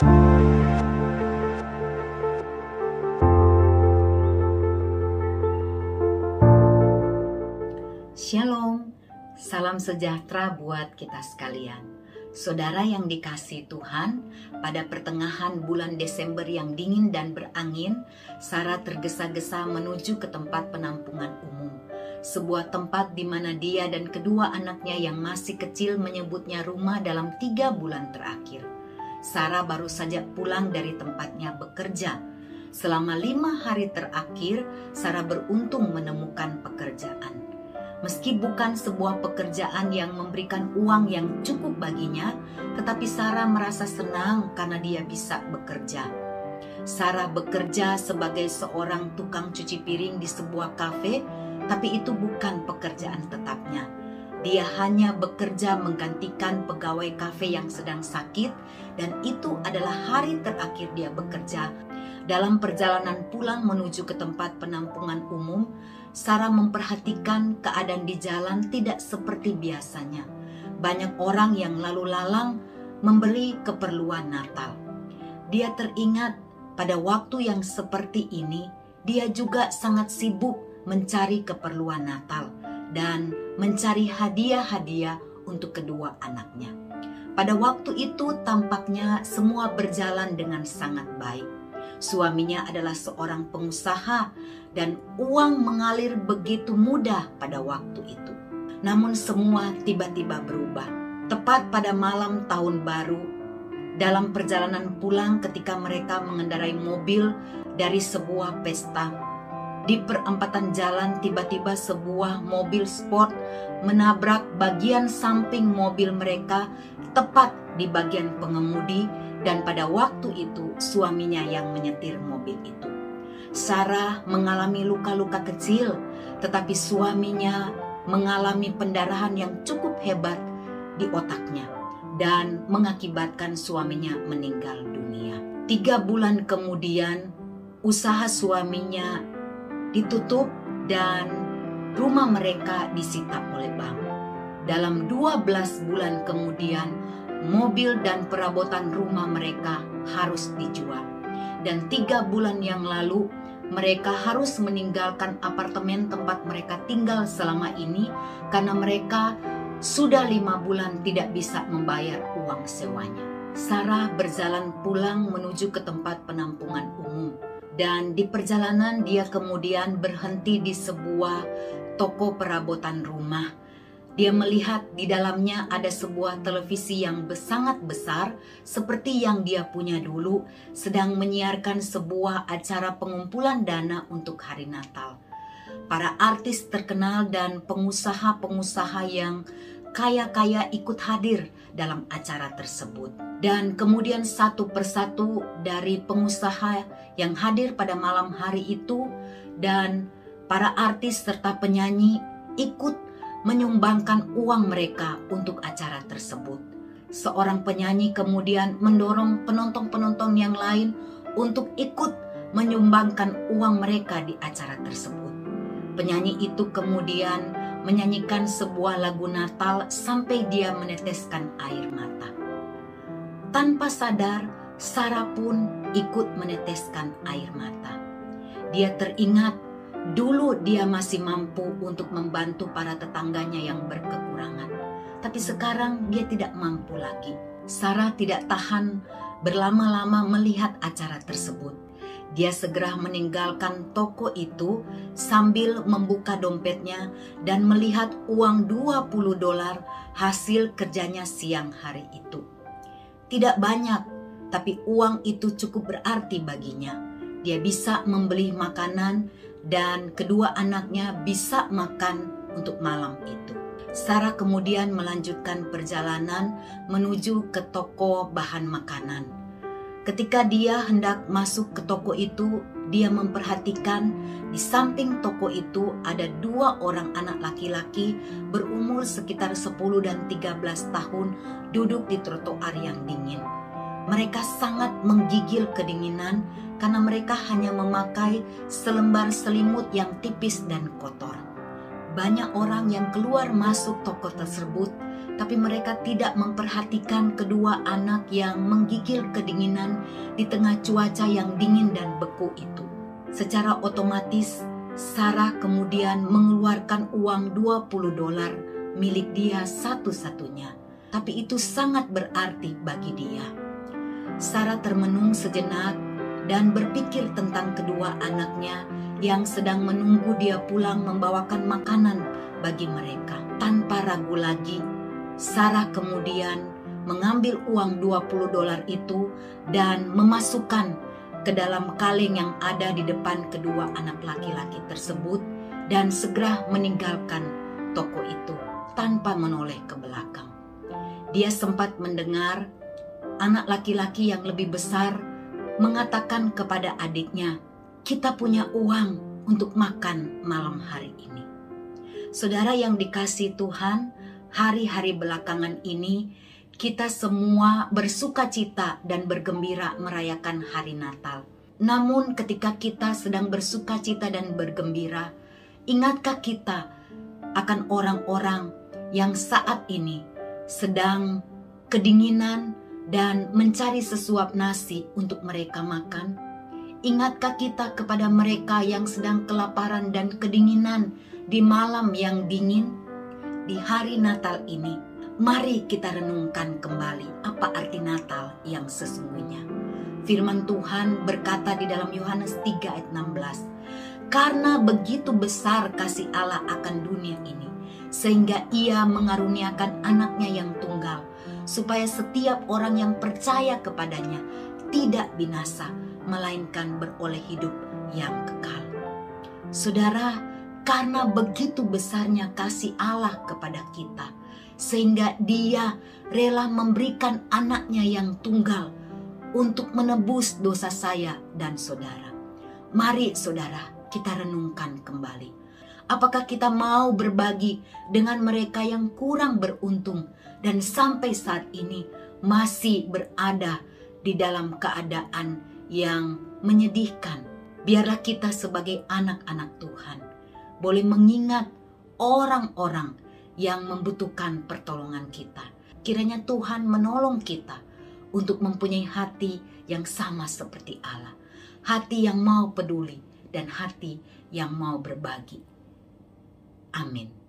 Shalom, salam sejahtera buat kita sekalian. Saudara yang dikasihi Tuhan, pada pertengahan bulan Desember yang dingin dan berangin, Sarah tergesa-gesa menuju ke tempat penampungan umum. Sebuah tempat di mana dia dan kedua anaknya yang masih kecil menyebutnya rumah dalam 3 bulan terakhir. Sarah baru saja pulang dari tempatnya bekerja. Selama 5 hari terakhir, Sarah beruntung menemukan pekerjaan. Meski bukan sebuah pekerjaan yang memberikan uang yang cukup baginya, tetapi Sarah merasa senang karena dia bisa bekerja. Sarah bekerja sebagai seorang tukang cuci piring di sebuah kafe, tapi itu bukan pekerjaan tetapnya. Dia hanya bekerja menggantikan pegawai kafe yang sedang sakit, dan itu adalah hari terakhir dia bekerja. Dalam perjalanan pulang menuju ke tempat penampungan umum, Sarah memperhatikan keadaan di jalan tidak seperti biasanya. Banyak orang yang lalu lalang membeli keperluan Natal. Dia teringat pada waktu yang seperti ini, dia juga sangat sibuk mencari keperluan Natal dan mencari hadiah-hadiah untuk kedua anaknya. Pada waktu itu tampaknya semua berjalan dengan sangat baik. Suaminya adalah seorang pengusaha dan uang mengalir begitu mudah pada waktu itu. Namun semua tiba-tiba berubah. Tepat pada malam tahun baru, dalam perjalanan pulang ketika mereka mengendarai mobil dari sebuah pesta, di perempatan jalan tiba-tiba sebuah mobil sport menabrak bagian samping mobil mereka tepat di bagian pengemudi, dan pada waktu itu suaminya yang menyetir mobil itu. Sarah mengalami luka-luka kecil, tetapi suaminya mengalami pendarahan yang cukup hebat di otaknya dan mengakibatkan suaminya meninggal dunia. 3 bulan kemudian usaha suaminya ditutup dan rumah mereka disita oleh bank. Dalam 12 bulan kemudian, mobil dan perabotan rumah mereka harus dijual. Dan 3 bulan yang lalu, mereka harus meninggalkan apartemen tempat mereka tinggal selama ini karena mereka sudah 5 bulan tidak bisa membayar uang sewanya. Sarah berjalan pulang menuju ke tempat penampungan umum. Dan di perjalanan dia kemudian berhenti di sebuah toko perabotan rumah. Dia melihat di dalamnya ada sebuah televisi yang sangat besar seperti yang dia punya dulu, sedang menyiarkan sebuah acara pengumpulan dana untuk hari Natal. Para artis terkenal dan pengusaha-pengusaha yang kaya-kaya ikut hadir dalam acara tersebut. Dan kemudian satu persatu dari pengusaha yang hadir pada malam hari itu dan para artis serta penyanyi ikut menyumbangkan uang mereka untuk acara tersebut. Seorang penyanyi kemudian mendorong penonton-penonton yang lain untuk ikut menyumbangkan uang mereka di acara tersebut. Penyanyi itu kemudian menyanyikan sebuah lagu Natal sampai dia meneteskan air mata. Tanpa sadar, Sarah pun ikut meneteskan air mata. Dia teringat dulu dia masih mampu untuk membantu para tetangganya yang berkekurangan. Tapi sekarang dia tidak mampu lagi. Sarah tidak tahan berlama-lama melihat acara tersebut. Dia segera meninggalkan toko itu sambil membuka dompetnya dan melihat uang $20 hasil kerjanya siang hari itu. Tidak banyak, tapi uang itu cukup berarti baginya. Dia bisa membeli makanan dan kedua anaknya bisa makan untuk malam itu. Sarah kemudian melanjutkan perjalanan menuju ke toko bahan makanan. Ketika dia hendak masuk ke toko itu, dia memperhatikan di samping toko itu ada 2 orang anak laki-laki berumur sekitar 10 dan 13 tahun duduk di trotoar yang dingin. Mereka sangat menggigil kedinginan karena mereka hanya memakai selembar selimut yang tipis dan kotor. Banyak orang yang keluar masuk toko tersebut tapi mereka tidak memperhatikan kedua anak yang menggigil kedinginan di tengah cuaca yang dingin dan beku itu. Secara otomatis, Sarah kemudian mengeluarkan uang $20 milik dia satu-satunya. Tapi itu sangat berarti bagi dia. Sarah termenung sejenak dan berpikir tentang kedua anaknya yang sedang menunggu dia pulang membawakan makanan bagi mereka. Tanpa ragu lagi, Sarah kemudian mengambil uang $20 itu dan memasukkan ke dalam kaleng yang ada di depan kedua anak laki-laki tersebut dan segera meninggalkan toko itu tanpa menoleh ke belakang. Dia sempat mendengar anak laki-laki yang lebih besar mengatakan kepada adiknya, "Kita punya uang untuk makan malam hari ini." Saudara yang dikasihi Tuhan, hari-hari belakangan ini kita semua bersuka cita dan bergembira merayakan hari Natal. Namun ketika kita sedang bersuka cita dan bergembira, ingatkah kita akan orang-orang yang saat ini sedang kedinginan dan mencari sesuap nasi untuk mereka makan? Ingatkah kita kepada mereka yang sedang kelaparan dan kedinginan di malam yang dingin? Di hari Natal ini, mari kita renungkan kembali apa arti Natal yang sesungguhnya. Firman Tuhan berkata di dalam Yohanes 3 ayat 16, "Karena begitu besar kasih Allah akan dunia ini, sehingga ia mengaruniakan anaknya yang tunggal, supaya setiap orang yang percaya kepadanya tidak binasa, melainkan beroleh hidup yang kekal." Saudara, karena begitu besarnya kasih Allah kepada kita, sehingga dia rela memberikan anaknya yang tunggal untuk menebus dosa saya dan saudara. Mari saudara, kita renungkan kembali. Apakah kita mau berbagi dengan mereka yang kurang beruntung dan sampai saat ini masih berada di dalam keadaan yang menyedihkan? Biarlah kita sebagai anak-anak Tuhan boleh mengingat orang-orang yang membutuhkan pertolongan kita. Kiranya Tuhan menolong kita untuk mempunyai hati yang sama seperti Allah. Hati yang mau peduli dan hati yang mau berbagi. Amin.